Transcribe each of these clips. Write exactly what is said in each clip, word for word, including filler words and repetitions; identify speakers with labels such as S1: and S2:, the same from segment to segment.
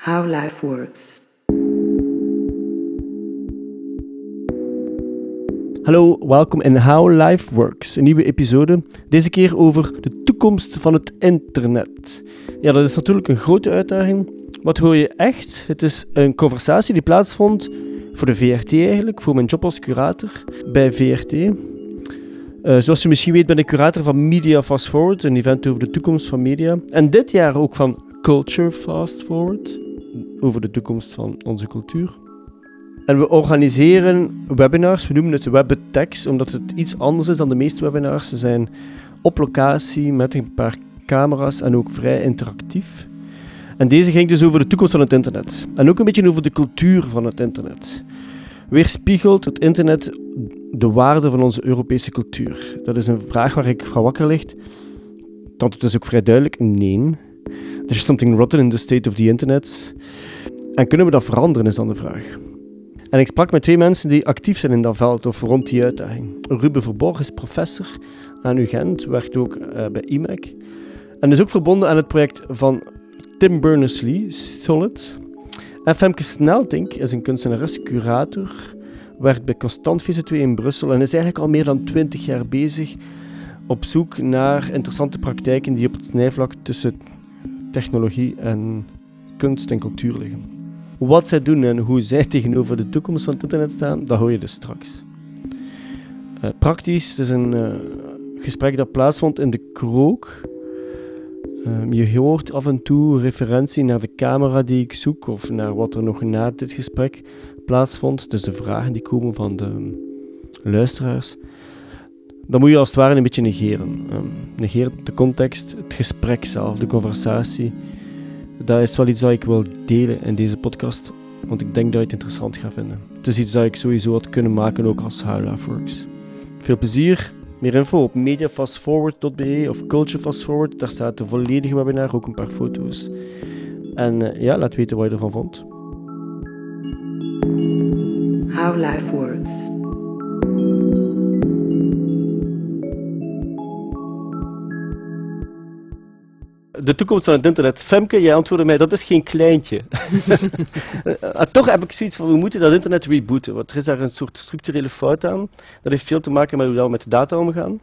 S1: How Life Works.
S2: Hallo, welkom in How Life Works, een nieuwe episode. Deze keer over de toekomst van het internet. Ja, dat is natuurlijk een grote uitdaging. Wat hoor je echt? Het is een conversatie die plaatsvond voor de V R T eigenlijk, voor mijn job als curator bij V R T. Uh, zoals je misschien weet ben ik curator van Media Fast Forward, een event over de toekomst van media. En dit jaar ook van Culture Fast Forward, over de toekomst van onze cultuur. En we organiseren webinars, we noemen het WebTechs, omdat het iets anders is dan de meeste webinars. Ze zijn op locatie met een paar camera's en ook vrij interactief. En deze ging dus over de toekomst van het internet. En ook een beetje over de cultuur van het internet. Weerspiegelt het internet de waarde van onze Europese cultuur? Dat is een vraag waar ik van wakker lig. Het antwoord is ook vrij duidelijk, nee. There's something rotten in the state of the internet. En kunnen we dat veranderen, is dan de vraag. En ik sprak met twee mensen die actief zijn in dat veld of rond die uitdaging. Ruben Verborg is professor aan U Gent, werkt ook uh, bij I M E C. En is ook verbonden aan het project van Tim Berners-Lee, Solid. En Femke Sneltink is een kunstenares, curator, werkt bij Constant V Z twee in Brussel en is eigenlijk al meer dan twintig jaar bezig op zoek naar interessante praktijken die op het snijvlak tussen technologie en kunst en cultuur liggen. Wat zij doen en hoe zij tegenover de toekomst van het internet staan, dat hoor je dus straks. Uh, praktisch, het is een uh, gesprek dat plaatsvond in de Krook. Uh, je hoort af en toe referentie naar de camera die ik zoek of naar wat er nog na dit gesprek plaatsvond. Dus de vragen die komen van de luisteraars. Dan moet je als het ware een beetje negeren. Uh, negeer de context, het gesprek zelf, de conversatie. Dat is wel iets dat ik wil delen in deze podcast, want ik denk dat je het interessant gaat vinden. Het is iets dat ik sowieso had kunnen maken, ook als How Life Works. Veel plezier. Meer info op mediafastforward punt b e of Culture Fast Forward. Daar staat de volledige webinar, ook een paar foto's. En uh, ja, laat weten wat je ervan vond.
S1: How Life Works.
S2: De toekomst van het internet. Femke, jij antwoordde mij, dat is geen kleintje. uh, toch heb ik zoiets van, we moeten dat internet rebooten. Want er is daar een soort structurele fout aan. Dat heeft veel te maken met hoe we met de data omgaan.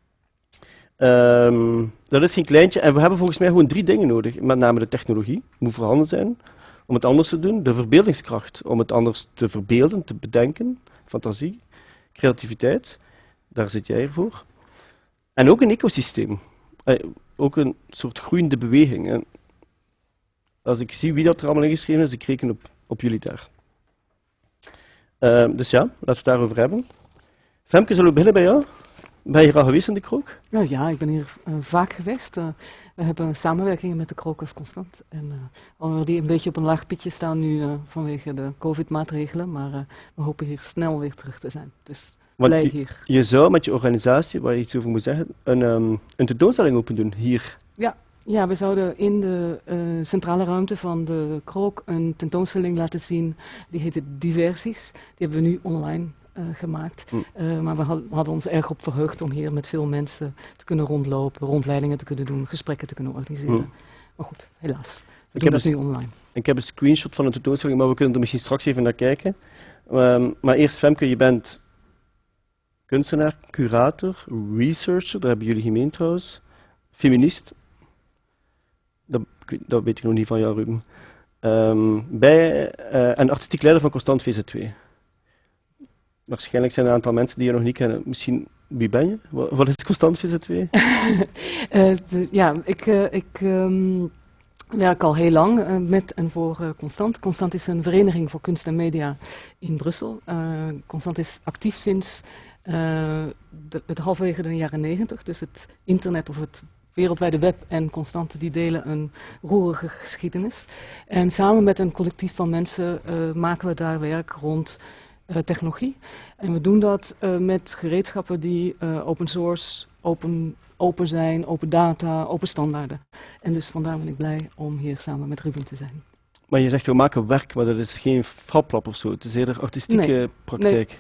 S2: Um, dat is geen kleintje. En we hebben volgens mij gewoon drie dingen nodig. Met name de technologie, moet voorhanden zijn om het anders te doen. De verbeeldingskracht, om het anders te verbeelden, te bedenken. Fantasie, creativiteit. Daar zit jij voor. En ook een ecosysteem. Uh, ook een soort groeiende beweging. En als ik zie wie dat er allemaal ingeschreven is, ik reken op, op jullie daar. Uh, dus ja, laten we het daarover hebben. Femke, zullen we beginnen bij jou? Ben je hier al geweest in de Krook?
S3: Ja, ja ik ben hier uh, vaak geweest. Uh, we hebben samenwerkingen met de Krook als constant. En uh, alhoewel die een beetje op een laag pitje staan nu uh, vanwege de COVID-maatregelen, maar uh, we hopen hier snel weer terug te zijn. Dus blij
S2: je,
S3: hier.
S2: Je zou met je organisatie, waar je iets over moet zeggen, een, um, een tentoonstelling open doen, hier.
S3: Ja, ja, we zouden in de uh, centrale ruimte van de Krook een tentoonstelling laten zien. Die heet Diversies. Die hebben we nu online uh, gemaakt. Hm. Uh, maar we had, hadden ons erg op verheugd om hier met veel mensen te kunnen rondlopen, rondleidingen te kunnen doen, gesprekken te kunnen organiseren. Hm. Maar goed, helaas. We ik doen dat een, nu online.
S2: Ik heb een screenshot van de tentoonstelling, maar we kunnen er misschien straks even naar kijken. Um, maar eerst, Femke, je bent kunstenaar, curator, researcher, daar hebben jullie gemeen trouwens, feminist, dat, dat weet ik nog niet van jou, Ruben, um, bij, uh, en artistiek leider van Constant V Z twee. Waarschijnlijk zijn er een aantal mensen die je nog niet kennen. Misschien, wie ben je? Wat, wat is Constant V Z twee?
S3: uh, ja, ik... Uh, ik um Ik werk al heel lang uh, met en voor uh, Constant. Constant is een vereniging voor kunst en media in Brussel. Uh, Constant is actief sinds uh, de, het halverwege de jaren negentig. Dus het internet of het wereldwijde web en Constant die delen een roerige geschiedenis. En samen met een collectief van mensen uh, maken we daar werk rond uh, technologie. En we doen dat uh, met gereedschappen die uh, open source, open open zijn, open data, open standaarden. En dus vandaar ben ik blij om hier samen met Ruben te zijn.
S2: Maar je zegt, we maken werk, maar dat is geen fablab of zo. Het is eerder artistieke
S3: nee,
S2: praktijk.
S3: Nee.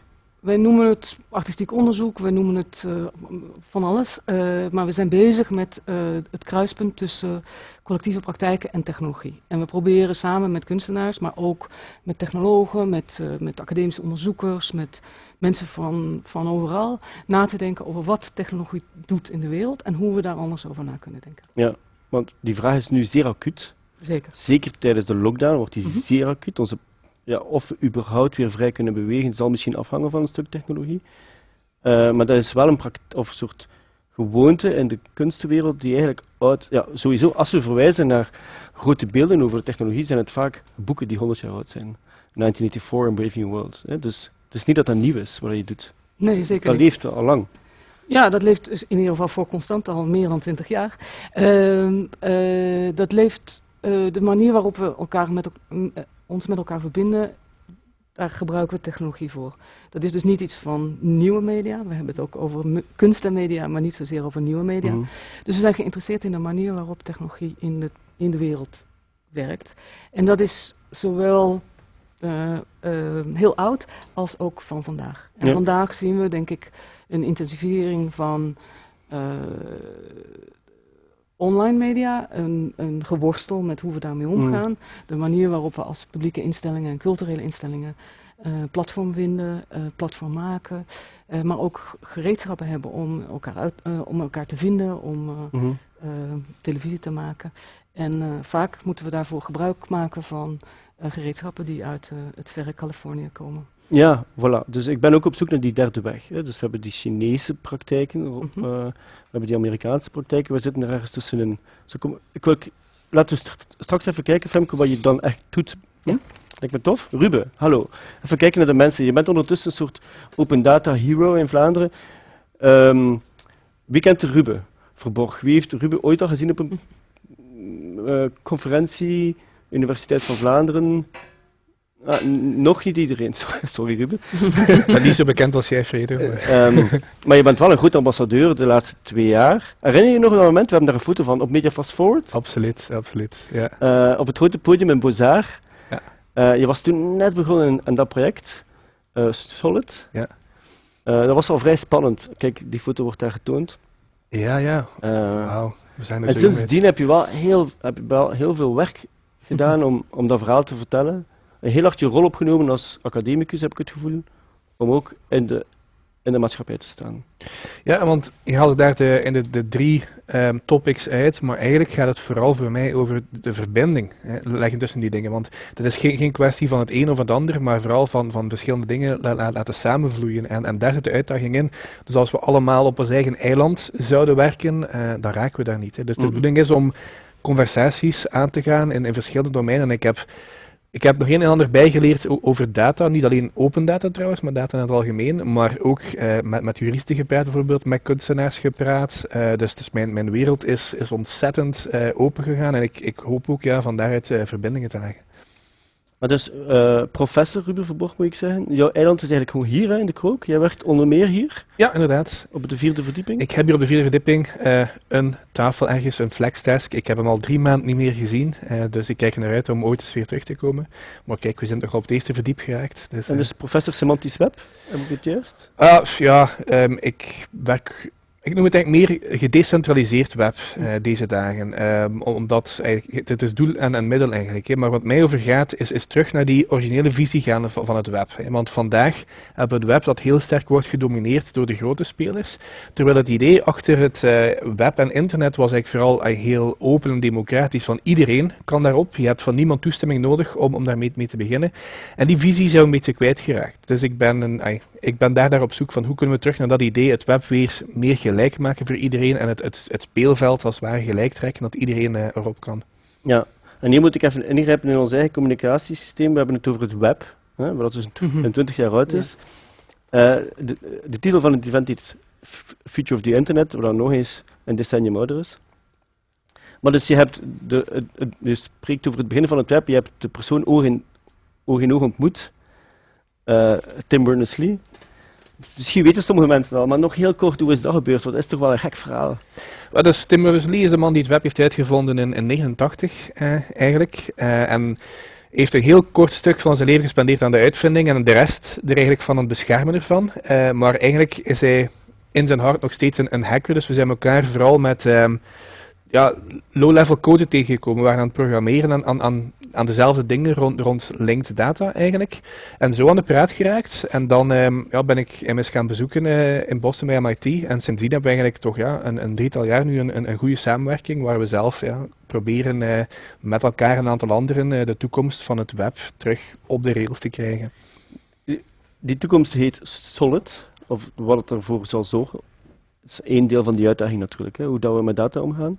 S3: wij noemen het artistiek onderzoek, wij noemen het uh, van alles. Uh, maar we zijn bezig met uh, het kruispunt tussen collectieve praktijken en technologie. En we proberen samen met kunstenaars, maar ook met technologen, met, uh, met academische onderzoekers, met mensen van, van overal, na te denken over wat technologie doet in de wereld en hoe we daar anders over na kunnen denken.
S2: Ja, want die vraag is nu zeer acuut.
S3: Zeker.
S2: Zeker tijdens de lockdown wordt die
S3: Mm-hmm.
S2: zeer acuut. Onze, ja, of we überhaupt weer vrij kunnen bewegen, zal misschien afhangen van een stuk technologie. Uh, maar dat is wel een, pract- of een soort gewoonte in de kunstwereld die eigenlijk oud... Ja, sowieso, als we verwijzen naar grote beelden over de technologie, zijn het vaak boeken die honderd jaar oud zijn. negentien vierennegentig en Brave New World. Hè? Dus het is niet dat dat nieuw is, wat je doet.
S3: Nee, zeker
S2: Dat
S3: niet.
S2: leeft al lang.
S3: Ja, dat leeft dus in ieder geval voor Constant al meer dan twintig jaar. Uh, uh, dat leeft, uh, de manier waarop we elkaar met, uh, ons met elkaar verbinden, daar gebruiken we technologie voor. Dat is dus niet iets van nieuwe media. We hebben het ook over me- kunst en media, maar niet zozeer over nieuwe media.
S2: Mm-hmm.
S3: Dus we zijn geïnteresseerd in de manier waarop technologie in de, in de wereld werkt. En dat is zowel uh, uh, heel oud als ook van vandaag. En
S2: Ja.
S3: vandaag zien we, denk ik, een intensivering van uh, online media, een, een geworstel met hoe we daarmee omgaan. Mm. De manier waarop we als publieke instellingen en culturele instellingen uh, platform vinden, uh, platform maken, uh, maar ook gereedschappen hebben om elkaar, uit, uh, om elkaar te vinden, om uh,
S2: Mm-hmm.
S3: uh, televisie te maken. En uh, vaak moeten we daarvoor gebruik maken van uh, gereedschappen die uit uh, het verre Californië komen.
S2: Ja, voilà. Dus ik ben ook op zoek naar die derde weg. Hè. Dus we hebben die Chinese praktijken, mm-hmm. uh, we hebben die Amerikaanse praktijken, we zitten er ergens tussenin. Dus kom, ik wil, laten we st- straks even kijken, Femke, wat je dan echt doet. Hm?
S3: Ja.
S2: Lijkt me tof. Ruben, hallo. Even kijken naar de mensen. Je bent ondertussen een soort open data hero in Vlaanderen. Um, wie kent de Ruben Verborg? Wie heeft Ruben ooit al gezien op een uh, conferentie, Universiteit van Vlaanderen? Ah, n- nog niet iedereen, sorry, sorry Ruben.
S4: Maar niet zo bekend als jij, Fredo.
S2: um, maar je bent wel een goed ambassadeur de laatste twee jaar. Herinner je je nog een moment, we hebben daar een foto van, op Media Fast Forward?
S4: Absoluut, absoluut, ja.
S2: Uh, op het grote podium in Beaux-Arts.
S4: Ja.
S2: Uh, je was toen net begonnen aan dat project, uh, Solid.
S4: Ja.
S2: Uh, dat was al vrij spannend. Kijk, die foto wordt daar getoond.
S4: Ja, ja.
S2: Uh,
S4: Wauw, we zijn er
S2: en
S4: zo
S2: sindsdien
S4: mee.
S2: heb je wel heel, heb je wel heel veel werk gedaan om, om dat verhaal te vertellen. Heel hard je rol opgenomen als academicus, heb ik het gevoel, om ook in de, in de maatschappij te staan.
S4: Ja, want je haalde daar de, in de, de drie um, topics uit, maar eigenlijk gaat het vooral voor mij over de verbinding hè, leggen tussen die dingen. Want het is geen, geen kwestie van het een of het ander, maar vooral van, van verschillende dingen la, la, laten samenvloeien. En, en daar zit de uitdaging in. Dus als we allemaal op ons eigen eiland zouden werken, uh, dan raken we daar niet. Hè. Dus de bedoeling is om conversaties aan te gaan in, in verschillende domeinen. En ik heb... Ik heb nog een en ander bijgeleerd o- over data, niet alleen open data trouwens, maar data in het algemeen, maar ook uh, met, met juristen gepraat bijvoorbeeld, met kunstenaars gepraat. Uh, dus dus mijn, mijn wereld is, is ontzettend uh, open gegaan en ik, ik hoop ook ja, van daaruit uh, verbindingen te leggen.
S2: Maar dus, uh, professor Ruben Verborg moet ik zeggen, jouw eiland is eigenlijk gewoon hier hè, in de Krook. Jij werkt onder meer hier,
S4: Ja, inderdaad.
S2: op de vierde verdieping.
S4: Ik heb hier op de vierde verdieping uh, een tafel ergens, een flexdesk. Ik heb hem al drie maanden niet meer gezien, uh, dus ik kijk er naar uit om ooit eens weer terug te komen. Maar kijk, we zijn toch al op het eerste verdiep geraakt. Dus, uh,
S2: En dus professor Semantisch Web, heb ik het juist?
S4: Ah, ja, um, ik werk... Ik noem het eigenlijk meer gedecentraliseerd web uh, deze dagen, um, omdat eigenlijk, het is doel en, en middel eigenlijk. Hè. Maar wat mij over gaat, is, is terug naar die originele visie gaan van, van het web. Hè. Want vandaag hebben we het web dat heel sterk wordt gedomineerd door de grote spelers, terwijl het idee achter het uh, web en internet was eigenlijk vooral uh, heel open en democratisch, van iedereen kan daarop. Je hebt van niemand toestemming nodig om, om daarmee mee te beginnen. En die visie is een beetje kwijtgeraakt. Dus ik ben, een, uh, ik ben daar, daar op zoek van hoe kunnen we terug naar dat idee, het web weer meer gelijk gelijk maken voor iedereen en het, het, het speelveld als het ware gelijk trekken, dat iedereen uh, erop kan.
S2: Ja, en hier moet ik even ingrijpen in ons eigen communicatiesysteem. We hebben het over het web, hè, wat dus een twintig jaar oud is. Ja. Uh, de, de titel van het event is Future of the Internet, wat dan nog eens een decennium ouder is. Maar dus je hebt, de, het, het, je spreekt over het begin van het web, je hebt de persoon oog in oog, in oog ontmoet, uh, Tim Berners-Lee. Misschien weten sommige mensen al, maar nog heel kort, hoe is dat gebeurd? Want dat is toch wel een gek verhaal.
S4: Well, dus Tim Berners-Lee is de man die het web heeft uitgevonden in negentien negenentachtig uh, eigenlijk. Uh, en heeft een heel kort stuk van zijn leven gespendeerd aan de uitvinding en de rest er eigenlijk van aan het beschermen ervan. Uh, maar eigenlijk is hij in zijn hart nog steeds een, een hacker, dus we zijn elkaar vooral met um, ja, low-level code tegengekomen. We waren aan het programmeren aan, aan, aan, aan dezelfde dingen rond, rond linked data eigenlijk. En zo aan de praat geraakt. En dan um, ja, ben ik hem eens gaan bezoeken uh, in Boston bij M I T. En sindsdien hebben we eigenlijk toch ja, een, een drietal jaar nu een, een, een goede samenwerking waar we zelf ja, proberen uh, met elkaar en een aantal anderen uh, de toekomst van het web terug op de rails te krijgen.
S2: Die toekomst heet Solid, of wat het ervoor zal zorgen. Het is één deel van die uitdaging natuurlijk, hè, hoe dat we met data omgaan.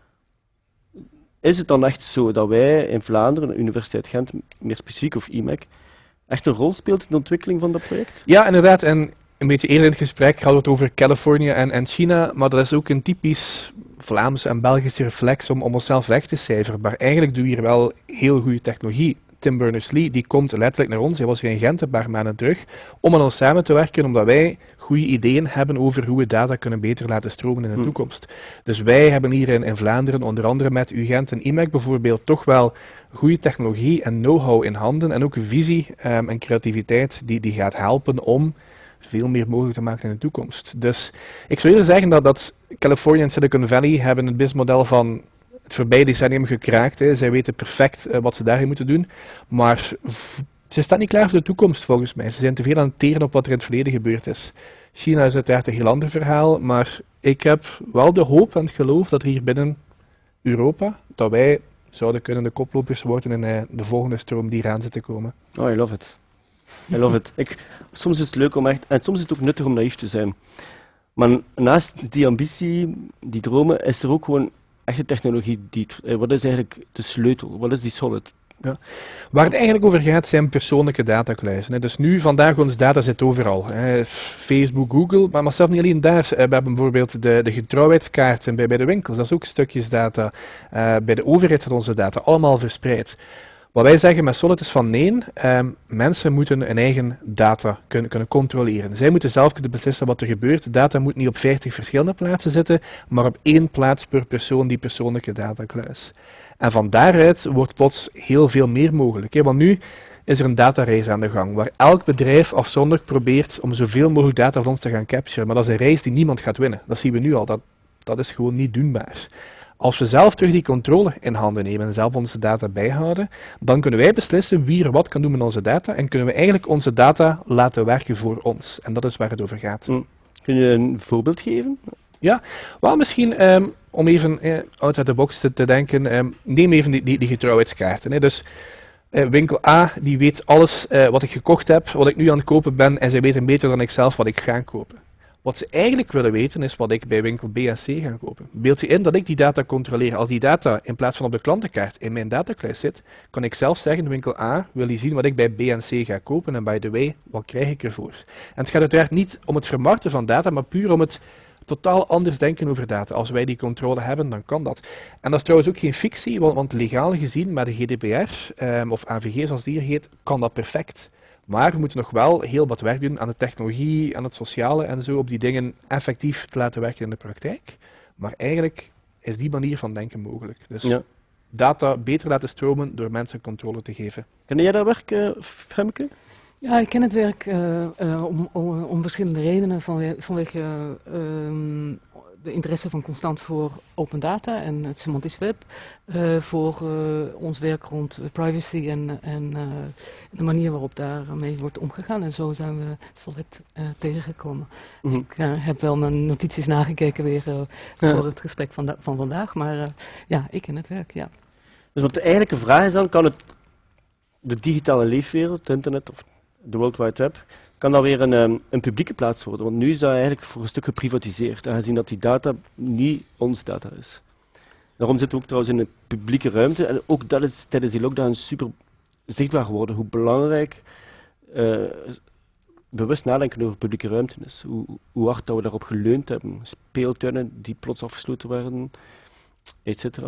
S2: Is het dan echt zo dat wij in Vlaanderen, de Universiteit Gent, meer specifiek of I M E C, echt een rol speelt in de ontwikkeling van dat project?
S4: Ja, inderdaad. En een beetje eerder in het gesprek hadden we het over Californië en, en China, maar dat is ook een typisch Vlaamse en Belgische reflex om, om onszelf weg te cijferen. Maar eigenlijk doen we hier wel heel goede technologie. Tim Berners-Lee, die komt letterlijk naar ons, hij was hier in Gent een paar maanden terug, om aan ons samen te werken, omdat wij goede ideeën hebben over hoe we data kunnen beter laten stromen in de hmm. toekomst. Dus wij hebben hier in, in Vlaanderen, onder andere met U Gent en I M E C bijvoorbeeld, toch wel goede technologie en know-how in handen en ook een visie um, en creativiteit die, die gaat helpen om veel meer mogelijk te maken in de toekomst. Dus ik zou eerder zeggen dat, dat Californië en Silicon Valley hebben het businessmodel van het voorbije decennium gekraakt. Hè. Zij weten perfect uh, wat ze daarin moeten doen, maar v- ze staan niet klaar voor de toekomst volgens mij. Ze zijn te veel aan het teren op wat er in het verleden gebeurd is. China is uiteraard een heel ander verhaal, maar ik heb wel de hoop en het geloof dat hier binnen Europa, dat wij zouden kunnen de koplopers worden in uh, de volgende stroom die eraan zit te komen.
S2: Oh, I love it. I love it. Ik, soms is het leuk om echt, en soms is het ook nuttig om naïef te zijn. Maar naast die ambitie, die dromen, is er ook gewoon echte technologie. Die het, wat is eigenlijk de sleutel? Wat is die solid?
S4: Ja. Waar het eigenlijk over gaat zijn persoonlijke datakluizen. Dus nu, vandaag, ons data zit overal. Hè. Facebook, Google, maar, maar zelfs niet alleen daar. We hebben bijvoorbeeld de, de getrouwheidskaarten bij, bij de winkels, dat is ook stukjes data. Uh, bij de overheid zit onze data allemaal verspreid. Wat wij zeggen met Solid is van nee, um, mensen moeten hun eigen data kunnen, kunnen controleren. Zij moeten zelf kunnen beslissen wat er gebeurt. Data moet niet op veertig verschillende plaatsen zitten, maar op één plaats per persoon die persoonlijke datakluis. En van daaruit wordt plots heel veel meer mogelijk. Hè? Want nu is er een datarace aan de gang, waar elk bedrijf afzonderlijk probeert om zoveel mogelijk data van ons te gaan capturen. Maar dat is een race die niemand gaat winnen. Dat zien we nu al. Dat, dat is gewoon niet doenbaar. Als we zelf terug die controle in handen nemen en zelf onze data bijhouden, dan kunnen wij beslissen wie er wat kan doen met onze data en kunnen we eigenlijk onze data laten werken voor ons. En dat is waar het over gaat.
S2: Hm. Kun je een voorbeeld geven?
S4: Ja, wel misschien um, om even eh, out the box te, te denken, um, neem even die, die, die getrouwheidskaarten. Hè. Dus uh, winkel A die weet alles uh, wat ik gekocht heb, wat ik nu aan het kopen ben en zij weten beter dan ik zelf wat ik ga kopen. Wat ze eigenlijk willen weten is wat ik bij winkel B en C ga kopen. Beeld je in dat ik die data controleer. Als die data in plaats van op de klantenkaart in mijn datakluis zit, kan ik zelf zeggen, winkel A wil je zien wat ik bij B en C ga kopen en by the way, wat krijg ik ervoor? En het gaat uiteraard niet om het vermarkten van data, maar puur om het totaal anders denken over data. Als wij die controle hebben, dan kan dat. En dat is trouwens ook geen fictie, want, want legaal gezien, met de G D P R, um, of A V G zoals die hier heet, kan dat perfect. Maar we moeten nog wel heel wat werk doen aan de technologie, aan het sociale en zo, om die dingen effectief te laten werken in de praktijk. Maar eigenlijk is die manier van denken mogelijk. Dus ja. Data beter laten stromen door mensen controle te geven.
S2: Ken jij dat werk, uh, Femke?
S3: Ja, ik ken het werk uh, uh, om, om, om verschillende redenen. Vanwege, vanwege uh, um, de interesse van Constant voor open data en het semantisch web. Uh, voor uh, ons werk rond privacy en, en uh, de manier waarop daarmee wordt omgegaan. En zo zijn we Solid uh, tegengekomen. Mm-hmm. Ik uh, heb wel mijn notities nagekeken weer uh, voor ja. het gesprek van, da- van vandaag. Maar uh, ja, ik ken het werk, ja.
S2: Dus wat de eigenlijke vraag is dan, kan het de digitale leefwereld, het internet of de World Wide Web, kan dat weer een, um, een publieke plaats worden? Want nu is dat eigenlijk voor een stuk geprivatiseerd, aangezien dat die data niet ons data is. Daarom zitten we ook trouwens in een publieke ruimte. En ook dat is tijdens die lockdown super zichtbaar geworden, hoe belangrijk uh, bewust nadenken over publieke ruimte is. Hoe, hoe hard dat we daarop geleund hebben. Speeltuinen die plots afgesloten werden, et cetera.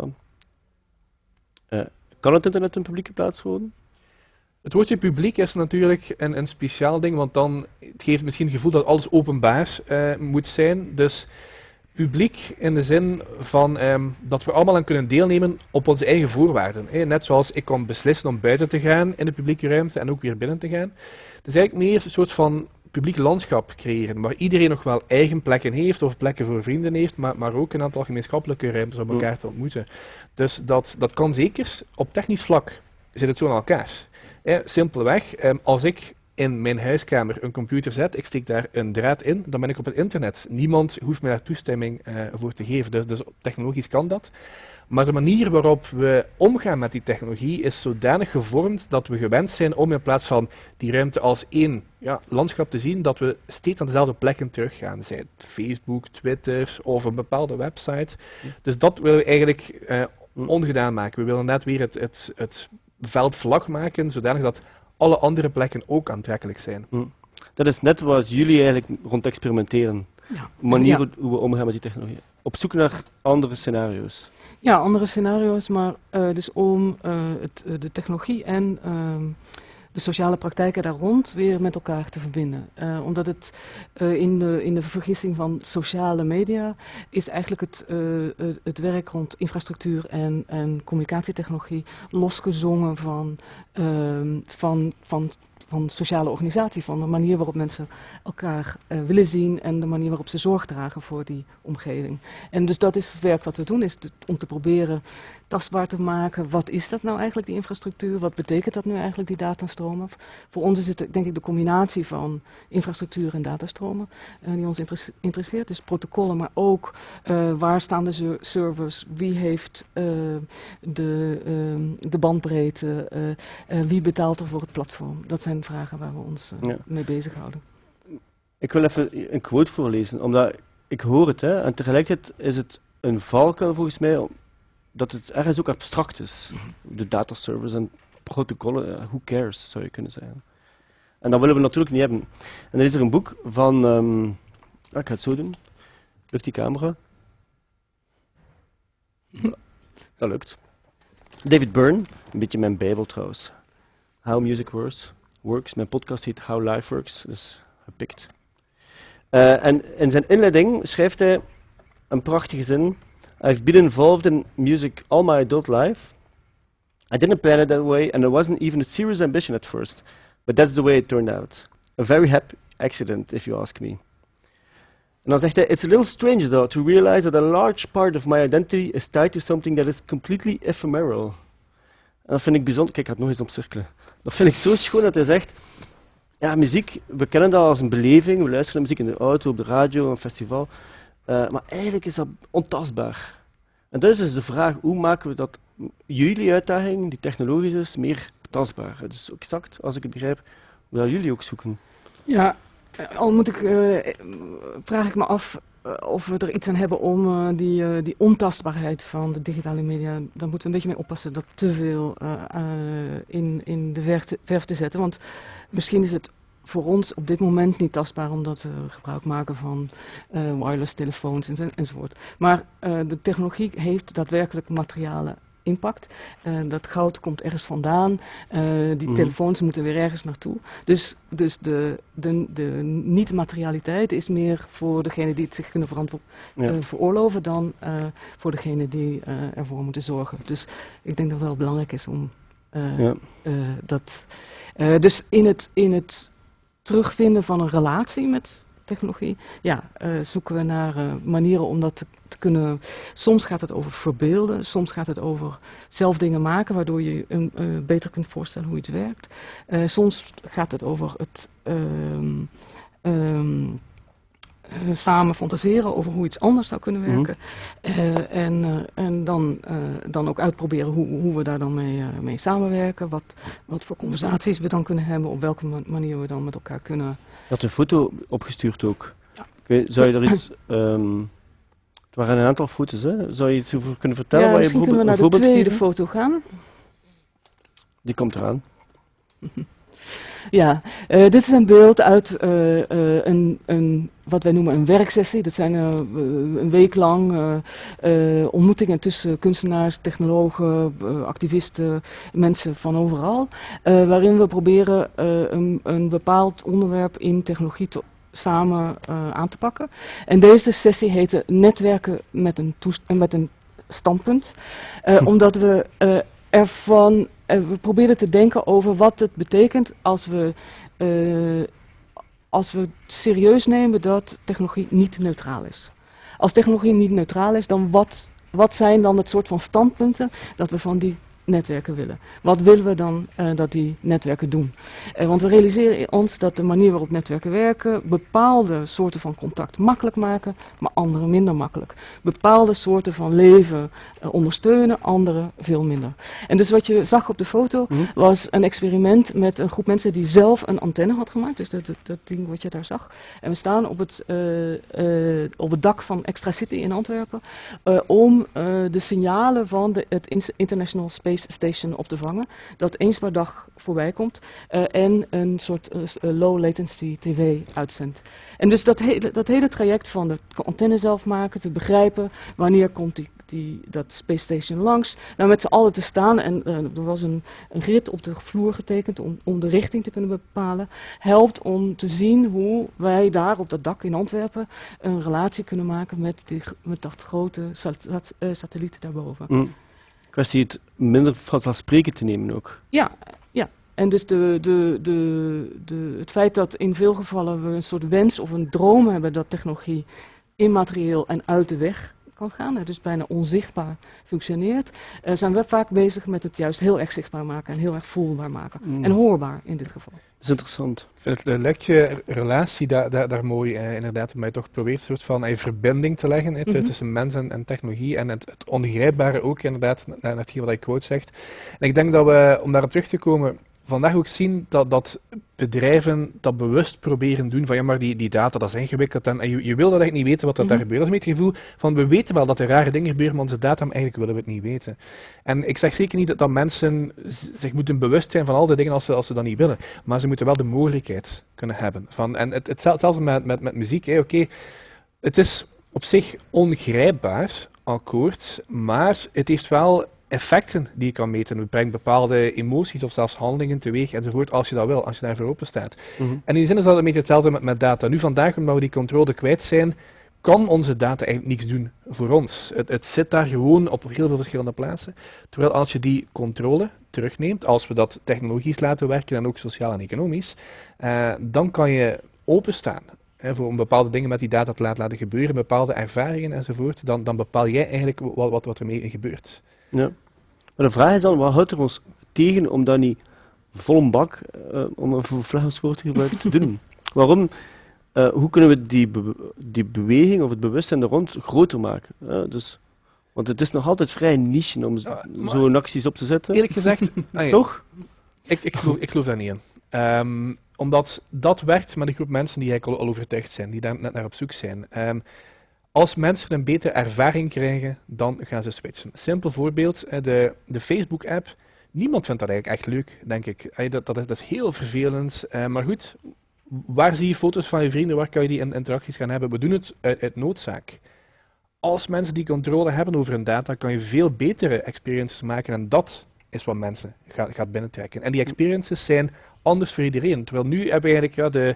S2: Uh, kan het internet een publieke plaats worden?
S4: Het woordje publiek is natuurlijk een, een speciaal ding, want dan het geeft misschien het gevoel dat alles openbaar uh, moet zijn. Dus publiek in de zin van um, dat we allemaal aan kunnen deelnemen op onze eigen voorwaarden. Hè. Net zoals ik kon beslissen om buiten te gaan in de publieke ruimte en ook weer binnen te gaan. Het is eigenlijk meer een soort van publiek landschap creëren, waar iedereen nog wel eigen plekken heeft of plekken voor vrienden heeft, maar, maar ook een aantal gemeenschappelijke ruimtes om elkaar te ontmoeten. Dus dat, dat kan zeker. Op technisch vlak zit het zo aan elkaar. Eh, simpelweg, um, als ik in mijn huiskamer een computer zet, ik steek daar een draad in, dan ben ik op het internet. Niemand hoeft me daar toestemming uh, voor te geven, dus, dus technologisch kan dat. Maar de manier waarop we omgaan met die technologie is zodanig gevormd dat we gewend zijn om in plaats van die ruimte als één ja, landschap te zien, dat we steeds aan dezelfde plekken teruggaan. Zij het Facebook, Twitter of een bepaalde website. Dus dat willen we eigenlijk uh, ongedaan maken. We willen net weer het, het, het veld vlak maken, zodanig dat alle andere plekken ook aantrekkelijk zijn.
S2: Mm. Dat is net wat jullie eigenlijk rond experimenteren.
S3: Ja.
S2: Manier
S3: Ja.
S2: hoe we omgaan met die technologie. Op zoek naar andere scenario's.
S3: Ja, andere scenario's, maar uh, dus om uh, het, uh, de technologie en uh, de sociale praktijken daar rond weer met elkaar te verbinden. Uh, omdat het uh, in, de, in de vergissing van sociale media is eigenlijk het, uh, het, het werk rond infrastructuur en, en communicatietechnologie losgezongen van, uh, van, van van sociale organisatie, van de manier waarop mensen elkaar uh, willen zien en de manier waarop ze zorg dragen voor die omgeving. En dus dat is het werk wat we doen, is de, om te proberen tastbaar te maken, wat is dat nou eigenlijk, die infrastructuur, wat betekent dat nu eigenlijk, die datastromen. Voor ons is het denk ik de combinatie van infrastructuur en datastromen uh, die ons interesse- interesseert, dus protocollen, maar ook uh, waar staan de ser- servers, wie heeft uh, de, uh, de bandbreedte, uh, uh, wie betaalt er voor het platform. Dat zijn vragen waar we ons uh,
S2: Ja.
S3: mee bezighouden.
S2: Ik wil even een quote voorlezen, omdat ik hoor het, hè, en tegelijkertijd is het een valkuil volgens mij, om- dat het ergens ook abstract is. De dataservers en protocollen, ja, who cares, zou je kunnen zeggen. En dat willen we natuurlijk niet hebben. En er is er een boek van, um, ja, ik ga het zo doen, lukt die camera? Dat lukt. David Byrne, een beetje mijn bijbel trouwens. How Music Works. works. Mijn podcast heet How Life Works, dus gepikt. Uh, en in zijn inleiding schrijft hij een prachtige zin. I've been involved in music all my adult life. I didn't plan it that way, and it wasn't even a serious ambition at first. But that's the way it turned out. A very happy accident, if you ask me. En dan zegt hij, it's a little strange though, to realize that a large part of my identity is tied to something that is completely ephemeral. En dat vind ik bijzonder. Kijk, ik ga het nog eens omcirkelen. Dat vind ik zo schoon dat hij zegt, ja, muziek, we kennen dat als een beleving, we luisteren naar muziek in de auto, op de radio, een festival. Uh, maar eigenlijk is dat ontastbaar. En dat is dus de vraag, hoe maken we dat, jullie uitdaging, die technologisch is, meer tastbaar? Het is exact, als ik het begrijp, wat jullie ook zoeken.
S3: Ja, uh, al moet ik, uh, vraag ik me af uh, of we er iets aan hebben om uh, die, uh, die ontastbaarheid van de digitale media, daar moeten we een beetje mee oppassen dat te veel uh, uh, in, in de verf te, verf te zetten. Want misschien is het voor ons op dit moment niet tastbaar, omdat we gebruik maken van uh, wireless telefoons en, enzovoort. Maar uh, de technologie heeft daadwerkelijk materiale impact. Uh, dat goud komt ergens vandaan. Uh, die
S2: Mhm.
S3: telefoons moeten weer ergens naartoe. Dus, dus de, de, de niet-materialiteit is meer voor degene die het zich kunnen verantwo-
S2: Ja.
S3: uh, veroorloven dan uh, voor degene die uh, ervoor moeten zorgen. Dus ik denk dat het wel belangrijk is om uh,
S2: Ja.
S3: uh, dat... Uh, dus in het, in het terugvinden van een relatie met technologie, ja, uh, zoeken we naar uh, manieren om dat te, te kunnen. Soms gaat het over verbeelden, soms gaat het over zelf dingen maken, waardoor je je uh, beter kunt voorstellen hoe iets werkt. Uh, soms gaat het over het um, um, uh, samen fantaseren over hoe iets anders zou kunnen werken. Mm-hmm. Uh, en uh, en dan, uh, dan ook uitproberen hoe, hoe we daar dan mee, uh, mee samenwerken, wat, wat voor conversaties we dan kunnen hebben, op welke ma- manier we dan met elkaar kunnen.
S2: Je had een foto opgestuurd ook.
S3: Ja.
S2: Ik weet, zou je daar iets... Um, het waren een aantal foto's, hè? Zou je iets over kunnen vertellen?
S3: Ja,
S2: waar je
S3: misschien kunnen we naar de
S2: een voorbeeld
S3: tweede
S2: geven?
S3: foto gaan.
S2: Die komt eraan.
S3: Ja, uh, dit is een beeld uit uh, uh, een, een, wat wij noemen een werksessie. Dat zijn uh, een week lang uh, uh, ontmoetingen tussen kunstenaars, technologen, uh, activisten, mensen van overal. Uh, waarin we proberen uh, een, een bepaald onderwerp in technologie te samen uh, aan te pakken. En deze sessie heette Netwerken met een, toest- met een standpunt. Uh, hm. Omdat we uh, ervan, uh, we probeerden te denken over wat het betekent als we, uh, als we serieus nemen dat technologie niet neutraal is. Als technologie niet neutraal is, dan wat, wat zijn dan het soort van standpunten dat we van die netwerken willen? Wat willen we dan uh, dat die netwerken doen? Uh, want we realiseren ons dat de manier waarop netwerken werken bepaalde soorten van contact makkelijk maken, maar andere minder makkelijk. Bepaalde soorten van leven uh, ondersteunen, andere veel minder. En dus wat je zag op de foto mm-hmm. was een experiment met een groep mensen die zelf een antenne had gemaakt. Dus dat, dat, dat ding wat je daar zag. En we staan op het, uh, uh, op het dak van Extra City in Antwerpen uh, om uh, de signalen van de, het International Space Station op te vangen, dat eens per dag voorbij komt uh, en een soort uh, low latency tv uitzendt. En dus dat hele, dat hele traject van de antenne zelf maken, te begrijpen wanneer komt die, die, dat space station langs, nou met z'n allen te staan en uh, er was een, een grid op de vloer getekend om, om de richting te kunnen bepalen, helpt om te zien hoe wij daar op dat dak in Antwerpen een relatie kunnen maken met, die, met dat grote sat, sat, uh, satelliet daarboven.
S2: Mm. Kwestie het minder vanzelfsprekend te nemen ook.
S3: Ja, ja. En dus de, de, de, de, het feit dat in veel gevallen we een soort wens of een droom hebben dat technologie immaterieel en uit de weg kan gaan, dus bijna onzichtbaar functioneert, uh, zijn we vaak bezig met het juist heel erg zichtbaar maken en heel erg voelbaar maken. Mm. En hoorbaar in dit geval.
S2: Dat is interessant.
S4: Ik vind het leuk je relatie daar, daar, daar mooi uh, inderdaad, maar je toch probeert een soort van uh, verbinding te leggen uh, mm-hmm. tussen mens en, en technologie en het, het ongrijpbare ook inderdaad, naar, naar hetgeen wat je quote zegt. En ik denk dat we, om daarop terug te komen, vandaag ook zien dat, dat bedrijven dat bewust proberen doen van ja, maar die, die data, dat is ingewikkeld en, en je, je wil dat eigenlijk niet weten wat dat mm-hmm. daar gebeurt. Dat is een beetje het gevoel van we weten wel dat er rare dingen gebeuren, maar onze data, maar eigenlijk willen we het niet weten. En ik zeg zeker niet dat, dat mensen zich moeten bewust zijn van al die dingen als ze, als ze dat niet willen, maar ze moeten wel de mogelijkheid kunnen hebben. Van, en het, hetzelfde met, met, met muziek, oké, okay, het is op zich ongrijpbaar, akkoord, maar het heeft wel effecten die je kan meten. Het brengt bepaalde emoties of zelfs handelingen teweeg enzovoort, als je dat wil, als je daarvoor open staat. Mm-hmm. En in die zin is dat een beetje hetzelfde met, met data. Nu vandaag, omdat we die controle kwijt zijn, kan onze data eigenlijk niks doen voor ons. Het, het zit daar gewoon op heel veel verschillende plaatsen. Terwijl als je die controle terugneemt, als we dat technologisch laten werken en ook sociaal en economisch, uh, dan kan je openstaan. He, voor om bepaalde dingen met die data te laten, laten gebeuren, bepaalde ervaringen enzovoort, dan, dan bepaal jij eigenlijk wat, wat, wat ermee gebeurt.
S2: Ja. Maar de vraag is dan, wat houdt er ons tegen om dat niet vol een bak, uh, om een vlaggenwoord te gebruiken, te doen? Waarom? Uh, hoe kunnen we die, be- die beweging of het bewustzijn er rond groter maken? Uh, dus, want het is nog altijd vrij niche om
S4: ja,
S2: zo'n acties op te zetten.
S4: Eerlijk gezegd,
S2: ah, toch?
S4: Ik, ik, geloof, ik geloof daar niet in. Um, omdat dat werkt met een groep mensen die eigenlijk al, al overtuigd zijn, die daar net naar op zoek zijn. Um, Als mensen een betere ervaring krijgen, dan gaan ze switchen. Simpel voorbeeld, de, de Facebook-app. Niemand vindt dat eigenlijk echt leuk, denk ik. Dat, dat, is, dat is heel vervelend. Uh, maar goed, waar zie je foto's van je vrienden? Waar kan je die interacties gaan hebben? We doen het uit, uit noodzaak. Als mensen die controle hebben over hun data, kan je veel betere experiences maken. En dat is wat mensen gaat, gaat binnentrekken. En die experiences zijn anders voor iedereen. Terwijl nu hebben we eigenlijk ja, de...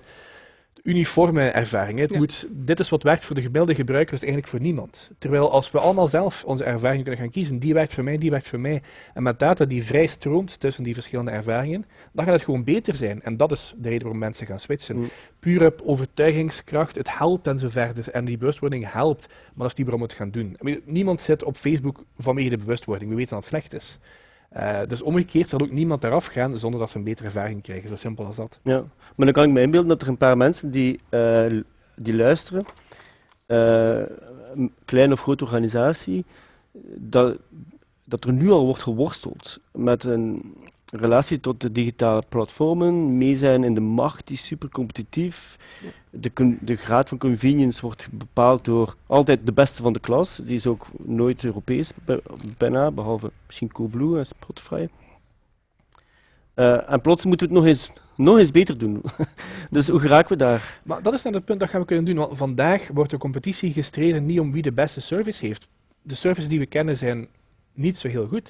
S4: uniforme ervaring. Het ja. moet, dit is wat werkt voor de gemiddelde gebruiker, dus eigenlijk voor niemand. Terwijl als we allemaal zelf onze ervaringen kunnen gaan kiezen, die werkt voor mij, die werkt voor mij, en met data die vrij stroomt tussen die verschillende ervaringen, dan gaat het gewoon beter zijn. En dat is de reden waarom mensen gaan switchen. Mm. Puur op overtuigingskracht, het helpt en zo verder. En die bewustwording helpt, maar dat is niet waarom we het gaan doen. Niemand zit op Facebook vanwege de bewustwording. We weten dat het slecht is. Uh, dus omgekeerd zal ook niemand eraf gaan zonder dat ze een betere ervaring krijgen. Zo simpel als dat.
S2: Ja, maar dan kan ik me inbeelden dat er een paar mensen die, uh, die luisteren, uh, een kleine of grote organisatie, dat, dat er nu al wordt geworsteld met een relatie tot de digitale platformen, mee zijn in de markt, die is super competitief. De, de graad van convenience wordt bepaald door altijd de beste van de klas. Die is ook nooit Europees bijna, behalve misschien Coolblue en Spotify. Uh, en plots moeten we het nog eens, nog eens beter doen. Dus hoe geraken we daar?
S4: Maar dat is net het punt dat gaan we kunnen doen. Want vandaag wordt de competitie gestreden niet om wie de beste service heeft. De services die we kennen zijn niet zo heel goed.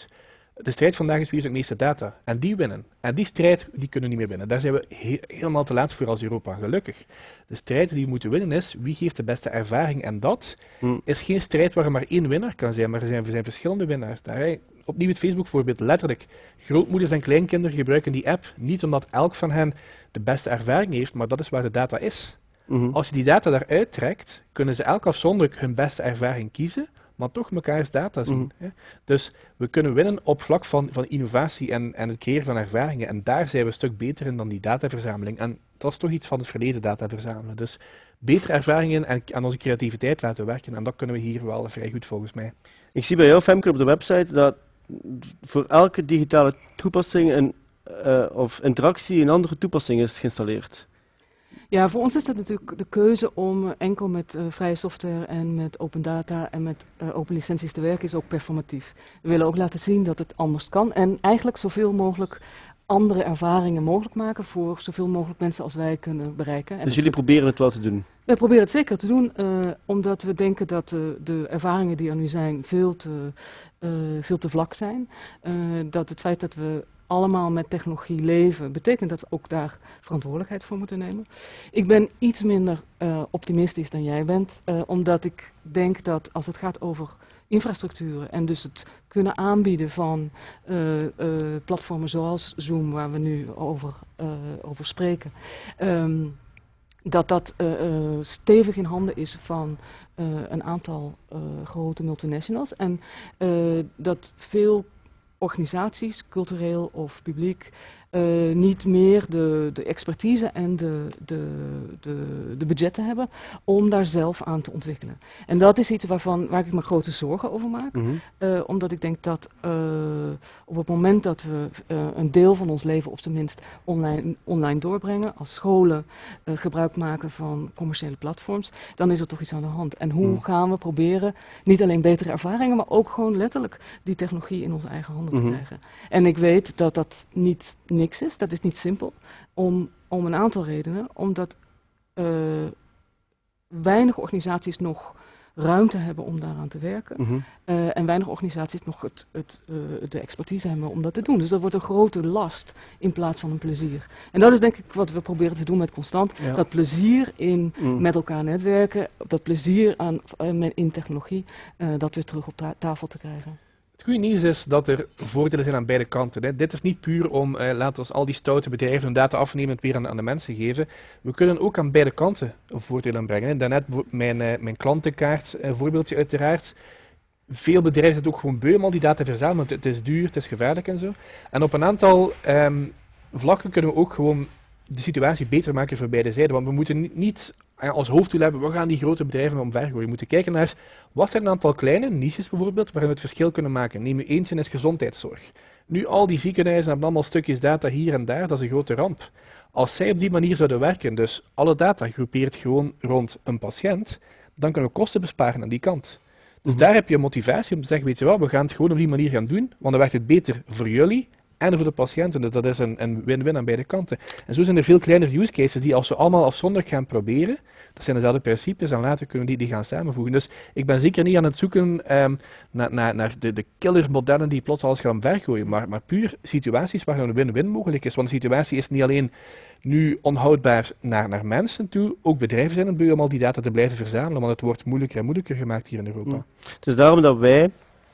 S4: De strijd vandaag is wie is het meeste data. En die winnen. En die strijd die kunnen we niet meer winnen. Daar zijn we he helemaal te laat voor als Europa, gelukkig. De strijd die we moeten winnen is, wie geeft de beste ervaring. En dat hmm. is geen strijd waar er maar één winnaar kan zijn, maar er zijn, er zijn verschillende winnaars daar. Hè. Opnieuw het Facebook-voorbeeld, letterlijk. Grootmoeders en kleinkinderen gebruiken die app niet omdat elk van hen de beste ervaring heeft, maar dat is waar de data is. Mm-hmm. Als je die data daaruit trekt, kunnen ze elk afzonderlijk hun beste ervaring kiezen, maar toch mekaars data zien. Mm-hmm. Hè. Dus we kunnen winnen op vlak van, van innovatie en, en het creëren van ervaringen. En daar zijn we een stuk beter in dan die dataverzameling. En dat is toch iets van het verleden, data verzamelen. Dus betere ervaringen en aan onze creativiteit laten werken. En dat kunnen we hier wel vrij goed, volgens mij.
S2: Ik zie bij jou, Femke, op de website dat voor elke digitale toepassing een, uh, of interactie een andere toepassing is geïnstalleerd.
S3: Ja, voor ons is dat natuurlijk de keuze om enkel met uh, vrije software en met open data en met uh, open licenties te werken, is ook performatief. We willen ook laten zien dat het anders kan en eigenlijk zoveel mogelijk andere ervaringen mogelijk maken voor zoveel mogelijk mensen als wij kunnen bereiken. En
S2: dus jullie proberen het wel te doen?
S3: We proberen het zeker te doen, uh, omdat we denken dat uh, de ervaringen die er nu zijn veel te, uh, veel te vlak zijn. Uh, dat het feit dat we allemaal met technologie leven, betekent dat we ook daar verantwoordelijkheid voor moeten nemen. Ik ben iets minder uh, optimistisch dan jij bent, uh, omdat ik denk dat als het gaat over infrastructuren en dus het kunnen aanbieden van uh, uh, platformen zoals Zoom, waar we nu over, uh, over spreken, um, dat dat uh, uh, stevig in handen is van uh, een aantal uh, grote multinationals en uh, dat veel organisaties, cultureel of publiek, uh, niet meer de, de expertise en de, de, de, de budgetten hebben om daar zelf aan te ontwikkelen. En dat is iets waarvan, waar ik me grote zorgen over maak. Mm-hmm. uh, omdat ik denk dat uh, op het moment dat we uh, een deel van ons leven op zijn minst online, online doorbrengen, als scholen uh, gebruik maken van commerciële platforms, dan is er toch iets aan de hand. En hoe mm. gaan we proberen niet alleen betere ervaringen, maar ook gewoon letterlijk die technologie in onze eigen handen mm-hmm. te krijgen. En ik weet dat dat niet niks is, dat is niet simpel, om, om een aantal redenen. Omdat uh, weinig organisaties nog ruimte hebben om daaraan te werken. Mm-hmm. uh, en weinig organisaties nog het, het, uh, de expertise hebben om dat te doen. Dus dat wordt een grote last in plaats van een plezier. En dat is denk ik wat we proberen te doen met Constant. Ja. Dat plezier in mm. met elkaar netwerken, dat plezier aan, uh, in technologie, uh, dat weer terug op ta- tafel te krijgen.
S4: Het goede nieuws is dat er voordelen zijn aan beide kanten. Hè. Dit is niet puur om, eh, laten we al die stoute bedrijven hun data afnemen en het weer aan, aan de mensen geven. We kunnen ook aan beide kanten voordelen brengen. Daarnet mijn, eh, mijn klantenkaart eh, voorbeeldje uiteraard. Veel bedrijven zijn het ook gewoon beu om al die data te verzamelen. Het is duur, het is gevaarlijk en zo. En op een aantal eh, vlakken kunnen we ook gewoon de situatie beter maken voor beide zijden. Want we moeten niet als hoofddoel hebben, we gaan die grote bedrijven omvergooien. We moeten kijken naar, wat zijn een aantal kleine niches bijvoorbeeld, waarin we het verschil kunnen maken. Neem nu eentje is gezondheidszorg. Nu, al die ziekenhuizen hebben allemaal stukjes data hier en daar, dat is een grote ramp. Als zij op die manier zouden werken, dus alle data groepeert gewoon rond een patiënt, dan kunnen we kosten besparen aan die kant. Dus mm-hmm. daar heb je een motivatie om te zeggen, weet je wel, we gaan het gewoon op die manier gaan doen, want dan werkt het beter voor jullie en voor de patiënten. Dus dat is een, een win-win aan beide kanten. En zo zijn er veel kleinere use cases die als we allemaal afzonderlijk gaan proberen, dat zijn dezelfde principes en later kunnen we die, die gaan samenvoegen. Dus ik ben zeker niet aan het zoeken um, naar, naar, naar de, de killermodellen die plots alles gaan vergooien, maar, maar puur situaties waar een win-win mogelijk is. Want de situatie is niet alleen nu onhoudbaar naar, naar mensen toe, ook bedrijven zijn het beu om al die data te blijven verzamelen, want het wordt moeilijker en moeilijker gemaakt hier in Europa.
S2: Mm. Het is daarom dat wij,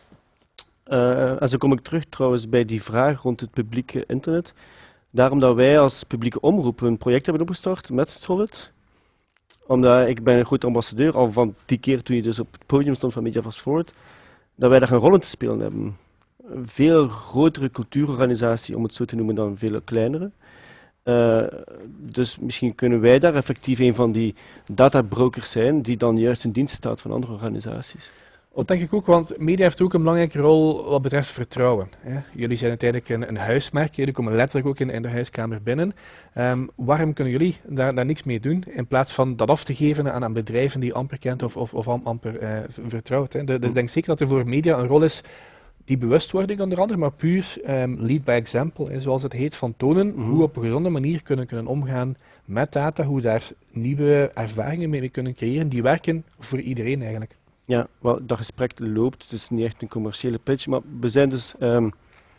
S2: uh, en zo kom ik terug trouwens bij die vraag rond het publieke internet, daarom dat wij als publieke omroep een project hebben opgestart met Solid, omdat ik ben een groot ambassadeur, al van die keer toen je dus op het podium stond van Media Fast Forward, dat wij daar een rol in te spelen hebben. Een veel grotere cultuurorganisatie, om het zo te noemen, dan veel kleinere. Uh, dus misschien kunnen wij daar effectief een van die databrokers zijn, die dan juist in dienst staat van andere organisaties.
S4: Dat denk ik ook, want media heeft ook een belangrijke rol wat betreft vertrouwen. Hè. Jullie zijn uiteindelijk een, een huismerk, jullie komen letterlijk ook in, in de huiskamer binnen. Um, waarom kunnen jullie daar, daar niks mee doen, in plaats van dat af te geven aan, aan bedrijven die je amper kent of, of, of amper uh, vertrouwt. Hè. Dus ik denk zeker dat er voor media een rol is, die bewustwording onder andere, maar puur um, lead by example, hè, zoals het heet, van tonen mm-hmm. hoe we op een gezonde manier kunnen, kunnen omgaan met data, hoe we daar nieuwe ervaringen mee kunnen creëren, die werken voor iedereen eigenlijk.
S2: Ja, wel, dat gesprek loopt, het is niet echt een commerciële pitch, maar we zijn dus um,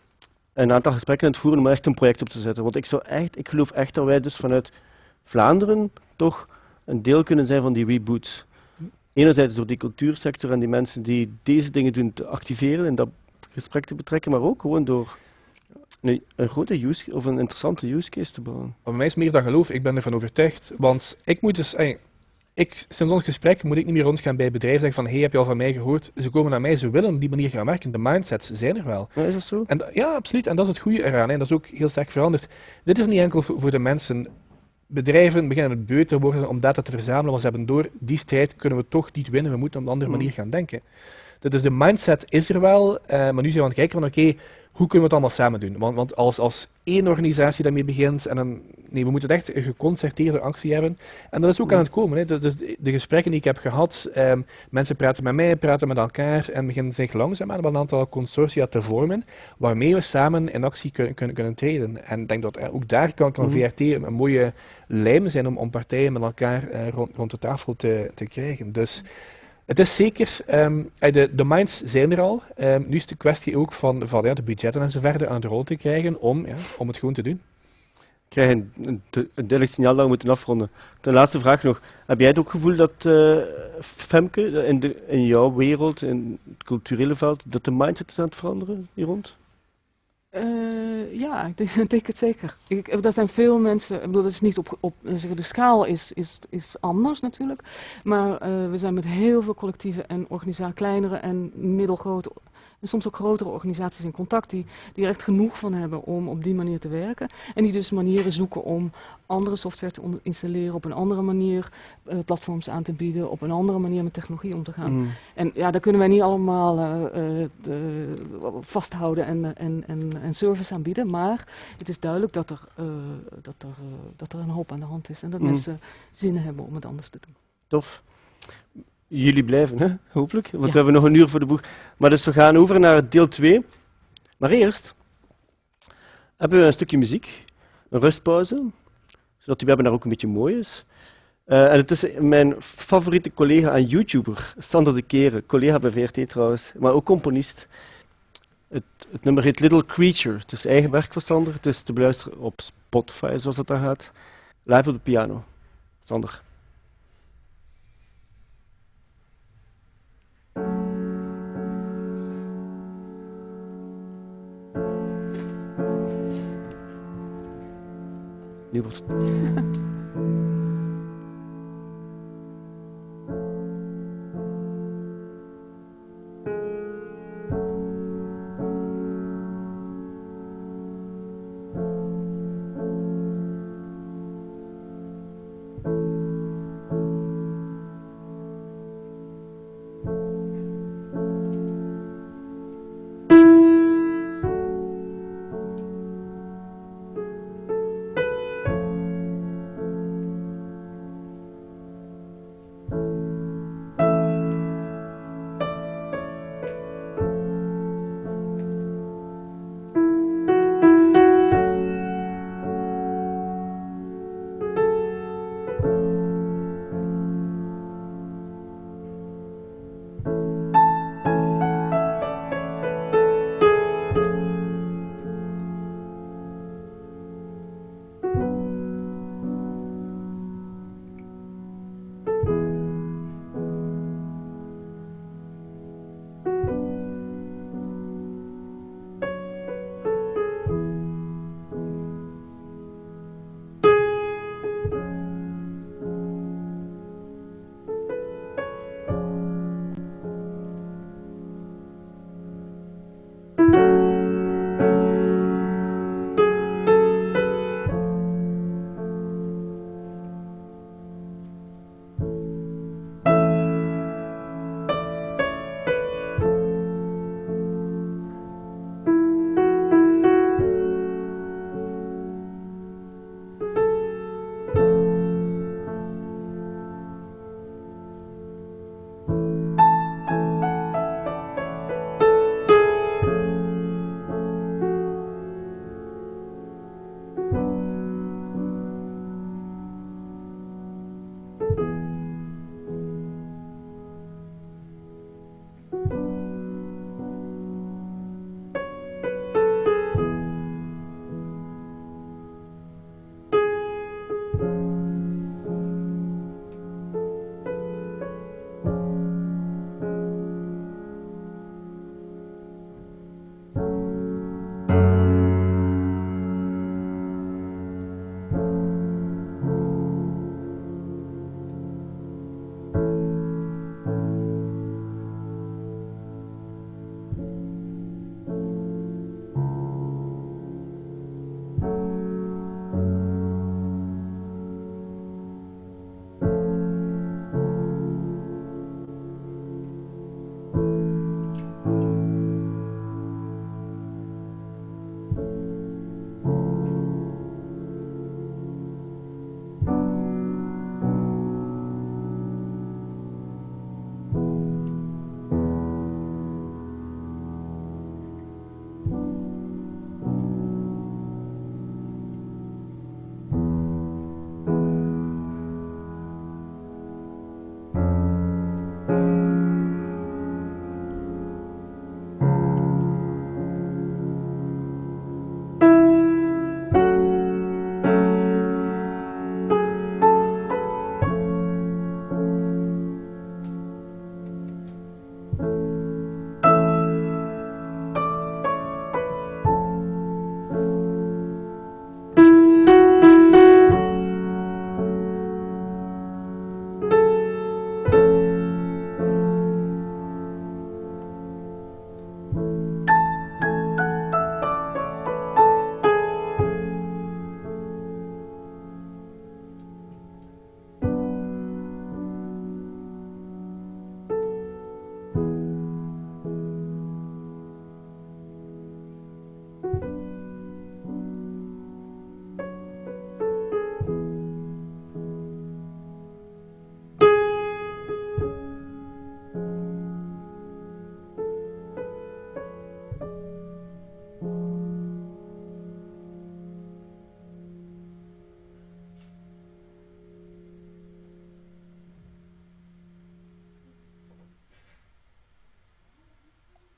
S2: een aantal gesprekken aan het voeren om echt een project op te zetten. Want ik, zou echt, ik geloof echt dat wij dus vanuit Vlaanderen toch een deel kunnen zijn van die reboot. Enerzijds door die cultuursector en die mensen die deze dingen doen te activeren en dat gesprek te betrekken, maar ook gewoon door een, een grote use, of een interessante use case te bouwen.
S4: Maar bij mij is het meer dan geloof, ik ben ervan overtuigd. Want ik moet dus, ey, ik, sinds ons gesprek moet ik niet meer rondgaan bij bedrijven zeggen van hey, heb je al van mij gehoord? Ze komen naar mij, ze willen op die manier gaan werken. De mindsets zijn er wel.
S2: Ja, is dat zo?
S4: En, ja, absoluut. En dat is het goede eraan. Hè. Dat is ook heel sterk veranderd. Dit is niet enkel voor, voor de mensen. Bedrijven beginnen het beu te worden om data te verzamelen, want ze hebben door, die strijd kunnen we toch niet winnen, we moeten op een andere manier gaan denken. Dus de mindset is er wel, uh, maar nu zijn we aan het kijken van oké, okay, hoe kunnen we het allemaal samen doen? Want, want als, als één organisatie daarmee begint, en dan, nee, we moeten echt een geconcerteerde actie hebben. En dat is ook aan het komen. Hè. Dus de gesprekken die ik heb gehad, um, mensen praten met mij, praten met elkaar en beginnen zich langzaam aan een aantal consortia te vormen, waarmee we samen in actie kunnen, kunnen, kunnen treden. En ik denk dat uh, ook daar kan, kan V R T een mooie lijm zijn om, om partijen met elkaar uh, rond, rond de tafel te, te krijgen. Dus het is zeker, um, de, de minds zijn er al. Um, nu is de kwestie ook van, van ja, de budgetten en zo verder aan de rol te krijgen om, ja, om het gewoon te doen.
S2: Ik krijg een, een, een duidelijk signaal dat we moeten afronden. Ten laatste vraag nog. Heb jij het ook gevoel dat, uh, Femke, in, de, in jouw wereld, in het culturele veld, dat de mindset is aan het veranderen hier rond?
S3: Uh, ja, ik denk, ik denk het zeker. Ik, er zijn veel mensen, ik bedoel, dat is niet op, op de schaal is, is, is anders natuurlijk, maar uh, we zijn met heel veel collectieven en organisaties, kleinere en middelgrote en soms ook grotere organisaties in contact die, die er echt genoeg van hebben om op die manier te werken. En die dus manieren zoeken om andere software te installeren, op een andere manier uh, platforms aan te bieden, op een andere manier met technologie om te gaan. Mm. En ja, daar kunnen wij niet allemaal uh, uh, de, vasthouden en, en, en, en service aanbieden, maar het is duidelijk dat er, uh, dat, er, uh, dat er een hoop aan de hand is en dat mm. mensen zin hebben om het anders te doen.
S2: Tof. Jullie blijven, hè? Hopelijk, want ja. we hebben nog een uur voor de boeg. Maar dus we gaan over naar deel twee. Maar eerst hebben we een stukje muziek, een rustpauze, zodat die webinar ook een beetje mooi is. Uh, en het is mijn favoriete collega en YouTuber, Sander de Keren, collega bij V R T trouwens, maar ook componist. Het, het nummer heet Little Creature, het is eigen werk van Sander, het is te beluisteren op Spotify, zoals dat dan gaat. Live op de piano. Sander. Nu wordt het.